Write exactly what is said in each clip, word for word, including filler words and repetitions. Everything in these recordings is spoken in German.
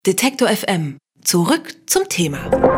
Detektor F M. Zurück zum Thema.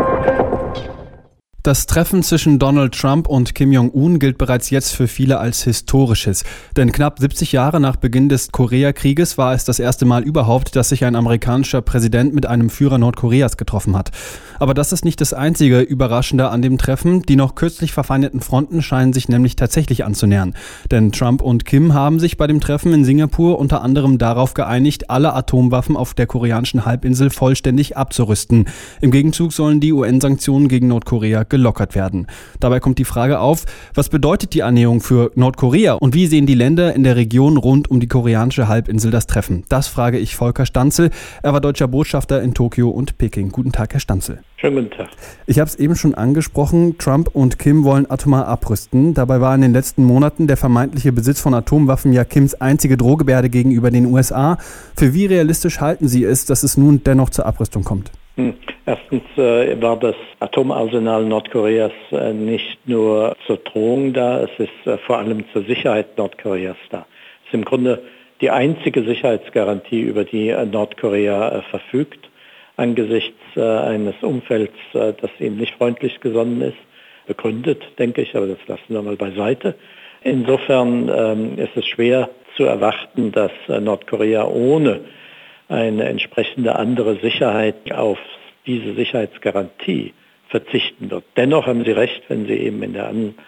Das Treffen zwischen Donald Trump und Kim Jong-un gilt bereits jetzt für viele als historisches. Denn knapp siebzig Jahre nach Beginn des Koreakrieges war es das erste Mal überhaupt, dass sich ein amerikanischer Präsident mit einem Führer Nordkoreas getroffen hat. Aber das ist nicht das einzige Überraschende an dem Treffen. Die noch kürzlich verfeindeten Fronten scheinen sich nämlich tatsächlich anzunähern. Denn Trump und Kim haben sich bei dem Treffen in Singapur unter anderem darauf geeinigt, alle Atomwaffen auf der koreanischen Halbinsel vollständig abzurüsten. Im Gegenzug sollen die U N-Sanktionen gegen Nordkorea gelockert werden. Dabei kommt die Frage auf, was bedeutet die Annäherung für Nordkorea und wie sehen die Länder in der Region rund um die koreanische Halbinsel das Treffen? Das frage ich Volker Stanzel. Er war deutscher Botschafter in Tokio und Peking. Guten Tag, Herr Stanzel. Schönen guten Tag. Ich habe es eben schon angesprochen, Trump und Kim wollen atomar abrüsten. Dabei war in den letzten Monaten der vermeintliche Besitz von Atomwaffen ja Kims einzige Drohgebärde gegenüber den U S A. Für wie realistisch halten Sie es, dass es nun dennoch zur Abrüstung kommt? Hm. Erstens äh, war das Atomarsenal Nordkoreas äh, nicht nur zur Drohung da, es ist äh, vor allem zur Sicherheit Nordkoreas da. Es ist im Grunde die einzige Sicherheitsgarantie, über die äh, Nordkorea äh, verfügt, angesichts äh, eines Umfelds, äh, das ihm nicht freundlich gesonnen ist, begründet, denke ich, aber das lassen wir mal beiseite. Insofern ähm, ist es schwer zu erwarten, dass äh, Nordkorea ohne eine entsprechende andere Sicherheit auf diese Sicherheitsgarantie verzichten wird. Dennoch haben Sie recht, wenn Sie eben in der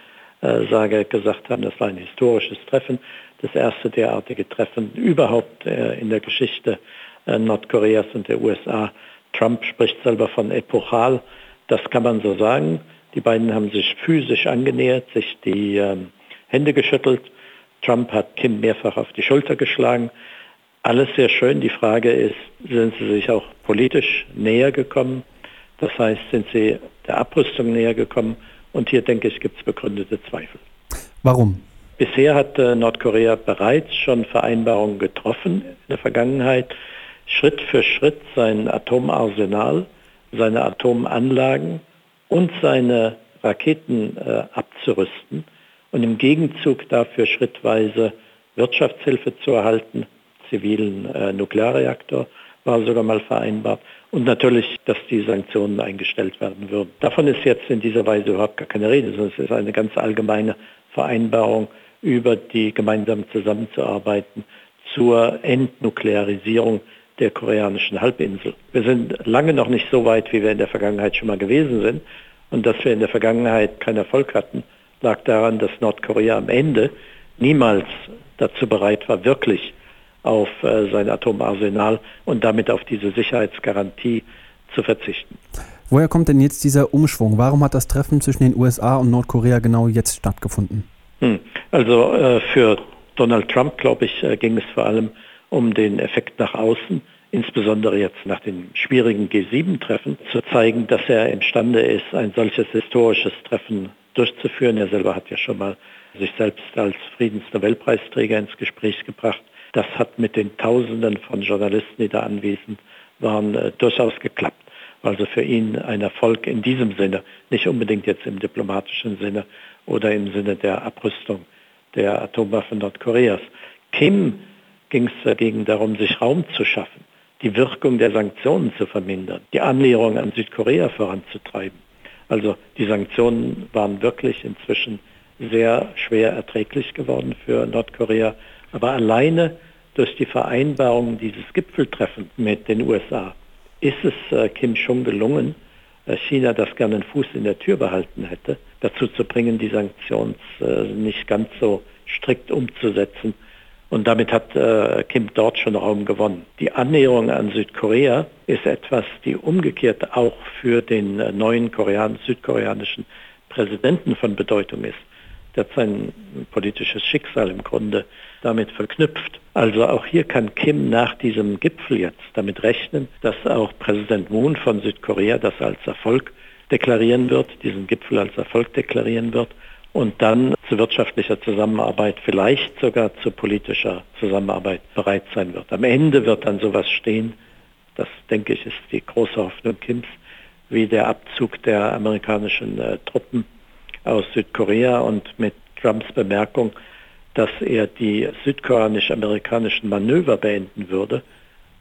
Ansage gesagt haben, das war ein historisches Treffen, das erste derartige Treffen überhaupt in der Geschichte Nordkoreas und der U S A. Trump spricht selber von epochal, das kann man so sagen. Die beiden haben sich physisch angenähert, sich die Hände geschüttelt. Trump hat Kim mehrfach auf die Schulter geschlagen. Alles sehr schön. Die Frage ist, sind sie sich auch politisch näher gekommen? Das heißt, sind sie der Abrüstung näher gekommen? Und hier, denke ich, gibt es begründete Zweifel. Warum? Bisher hat äh, Nordkorea bereits schon Vereinbarungen getroffen in der Vergangenheit, Schritt für Schritt sein Atomarsenal, seine Atomanlagen und seine Raketen äh, abzurüsten und im Gegenzug dafür schrittweise Wirtschaftshilfe zu erhalten. Zivilen äh, Nuklearreaktor war sogar mal vereinbart und natürlich, dass die Sanktionen eingestellt werden würden. Davon ist jetzt in dieser Weise überhaupt gar keine Rede, sondern es ist eine ganz allgemeine Vereinbarung über die gemeinsam zusammenzuarbeiten zur Entnuklearisierung der koreanischen Halbinsel. Wir sind lange noch nicht so weit, wie wir in der Vergangenheit schon mal gewesen sind, und dass wir in der Vergangenheit keinen Erfolg hatten, lag daran, dass Nordkorea am Ende niemals dazu bereit war, wirklich auf äh, sein Atomarsenal und damit auf diese Sicherheitsgarantie zu verzichten. Woher kommt denn jetzt dieser Umschwung? Warum hat das Treffen zwischen den U S A und Nordkorea genau jetzt stattgefunden? Hm. Also äh, für Donald Trump, glaube ich, äh, ging es vor allem um den Effekt nach außen, insbesondere jetzt nach dem schwierigen G sieben Treffen, zu zeigen, dass er imstande ist, ein solches historisches Treffen durchzuführen. Er selber hat ja schon mal sich selbst als Friedensnobelpreisträger ins Gespräch gebracht. Das hat mit den Tausenden von Journalisten, die da anwesend waren, äh, durchaus geklappt. Also für ihn ein Erfolg in diesem Sinne, nicht unbedingt jetzt im diplomatischen Sinne oder im Sinne der Abrüstung der Atomwaffen Nordkoreas. Kim ging es dagegen darum, sich Raum zu schaffen, die Wirkung der Sanktionen zu vermindern, die Annäherung an Südkorea voranzutreiben. Also die Sanktionen waren wirklich inzwischen sehr schwer erträglich geworden für Nordkorea. Aber alleine durch die Vereinbarung dieses Gipfeltreffens mit den U S A ist es äh, Kim schon gelungen, äh, China, das gerne einen Fuß in der Tür behalten hätte, dazu zu bringen, die Sanktionen äh, nicht ganz so strikt umzusetzen. Und damit hat äh, Kim dort schon Raum gewonnen. Die Annäherung an Südkorea ist etwas, die umgekehrt auch für den äh, neuen Korean- südkoreanischen Präsidenten von Bedeutung ist. Der hat sein politisches Schicksal im Grunde damit verknüpft. Also auch hier kann Kim nach diesem Gipfel jetzt damit rechnen, dass auch Präsident Moon von Südkorea das als Erfolg deklarieren wird, diesen Gipfel als Erfolg deklarieren wird und dann zu wirtschaftlicher Zusammenarbeit, vielleicht sogar zu politischer Zusammenarbeit bereit sein wird. Am Ende wird dann sowas stehen, das denke ich ist die große Hoffnung Kims, wie der Abzug der amerikanischen äh, Truppen aus Südkorea und mit Trumps Bemerkung, dass er die südkoreanisch-amerikanischen Manöver beenden würde,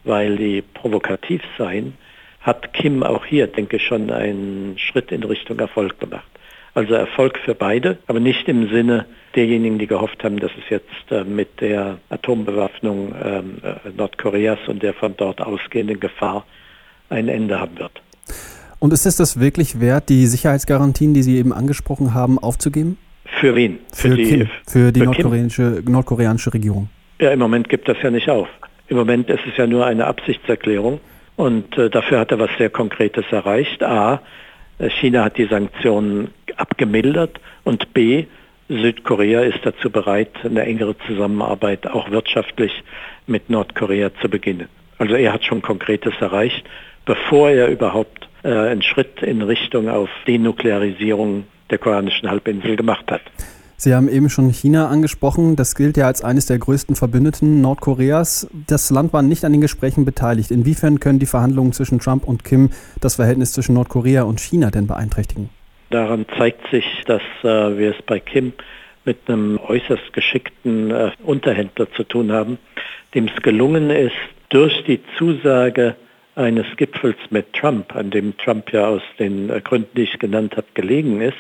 weil die provokativ seien, hat Kim auch hier, denke ich, schon einen Schritt in Richtung Erfolg gemacht. Also Erfolg für beide, aber nicht im Sinne derjenigen, die gehofft haben, dass es jetzt äh, mit der Atombewaffnung ähm, äh, Nordkoreas und der von dort ausgehenden Gefahr ein Ende haben wird. Und ist es das wirklich wert, die Sicherheitsgarantien, die Sie eben angesprochen haben, aufzugeben? Für wen? Für, für die, Kim, für die für nordkoreanische, nordkoreanische Regierung. Ja, im Moment gibt das ja nicht auf. Im Moment ist es ja nur eine Absichtserklärung und äh, dafür hat er was sehr Konkretes erreicht. A, China hat die Sanktionen abgemildert und B, Südkorea ist dazu bereit, eine engere Zusammenarbeit auch wirtschaftlich mit Nordkorea zu beginnen. Also er hat schon Konkretes erreicht, bevor er überhaupt äh, einen Schritt in Richtung auf Denuklearisierung der koreanischen Halbinsel gemacht hat. Sie haben eben schon China angesprochen. Das gilt ja als eines der größten Verbündeten Nordkoreas. Das Land war nicht an den Gesprächen beteiligt. Inwiefern können die Verhandlungen zwischen Trump und Kim das Verhältnis zwischen Nordkorea und China denn beeinträchtigen? Daran zeigt sich, dass äh, wir es bei Kim mit einem äußerst geschickten äh, Unterhändler zu tun haben, dem es gelungen ist, durch die Zusage eines Gipfels mit Trump, an dem Trump ja aus den äh, Gründen, die ich genannt habe, gelegen ist,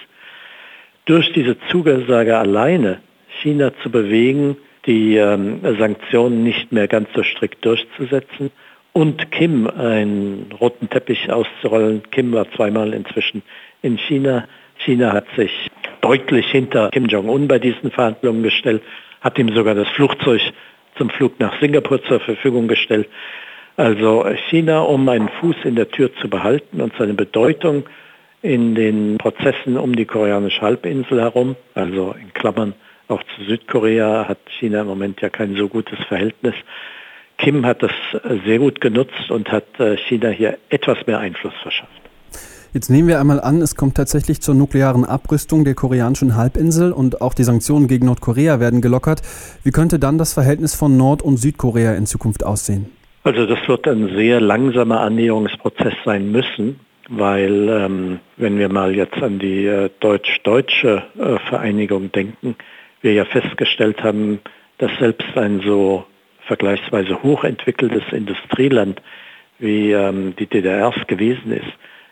durch diese Zusage alleine China zu bewegen, die ähm, Sanktionen nicht mehr ganz so strikt durchzusetzen und Kim einen roten Teppich auszurollen. Kim war zweimal inzwischen in China. China hat sich deutlich hinter Kim Jong-un bei diesen Verhandlungen gestellt, hat ihm sogar das Flugzeug zum Flug nach Singapur zur Verfügung gestellt. Also China, um einen Fuß in der Tür zu behalten und seine Bedeutung in den Prozessen um die koreanische Halbinsel herum, also in Klammern auch zu Südkorea, hat China im Moment ja kein so gutes Verhältnis. Kim hat das sehr gut genutzt und hat China hier etwas mehr Einfluss verschafft. Jetzt nehmen wir einmal an, es kommt tatsächlich zur nuklearen Abrüstung der koreanischen Halbinsel und auch die Sanktionen gegen Nordkorea werden gelockert. Wie könnte dann das Verhältnis von Nord- und Südkorea in Zukunft aussehen? Also das wird ein sehr langsamer Annäherungsprozess sein müssen, weil ähm, wenn wir mal jetzt an die äh, deutsch-deutsche äh, Vereinigung denken, wir ja festgestellt haben, dass selbst ein so vergleichsweise hochentwickeltes Industrieland wie ähm, die D D R es gewesen ist,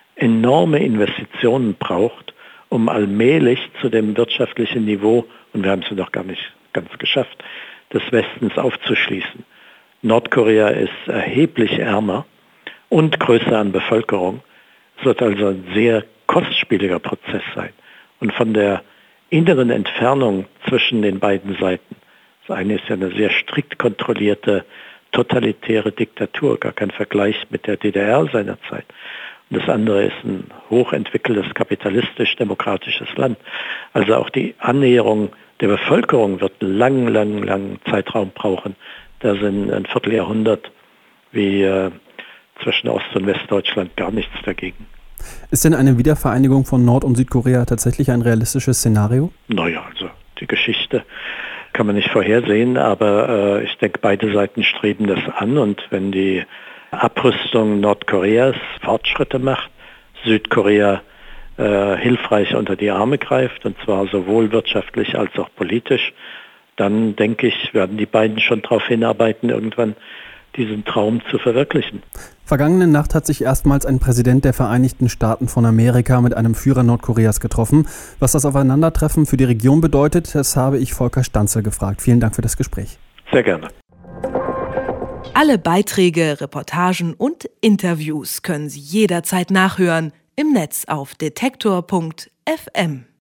enorme Investitionen braucht, um allmählich zu dem wirtschaftlichen Niveau, und wir haben es noch gar nicht ganz geschafft, des Westens aufzuschließen. Nordkorea ist erheblich ärmer und größer an Bevölkerung. Es wird also ein sehr kostspieliger Prozess sein. Und von der inneren Entfernung zwischen den beiden Seiten, das eine ist ja eine sehr strikt kontrollierte, totalitäre Diktatur, gar kein Vergleich mit der D D R seinerzeit. Und das andere ist ein hochentwickeltes, kapitalistisch-demokratisches Land. Also auch die Annäherung der Bevölkerung wird einen langen, langen, langen Zeitraum brauchen. Da sind ein Vierteljahrhundert wie äh, zwischen Ost- und Westdeutschland gar nichts dagegen. Ist denn eine Wiedervereinigung von Nord- und Südkorea tatsächlich ein realistisches Szenario? Naja, also die Geschichte kann man nicht vorhersehen, aber äh, ich denke, beide Seiten streben das an und wenn die Abrüstung Nordkoreas Fortschritte macht, Südkorea äh, hilfreich unter die Arme greift, und zwar sowohl wirtschaftlich als auch politisch, dann denke ich, werden die beiden schon darauf hinarbeiten, irgendwann diesen Traum zu verwirklichen. Vergangene Nacht hat sich erstmals ein Präsident der Vereinigten Staaten von Amerika mit einem Führer Nordkoreas getroffen. Was das Aufeinandertreffen für die Region bedeutet, das habe ich Volker Stanzel gefragt. Vielen Dank für das Gespräch. Sehr gerne. Alle Beiträge, Reportagen und Interviews können Sie jederzeit nachhören im Netz auf detektor punkt f m.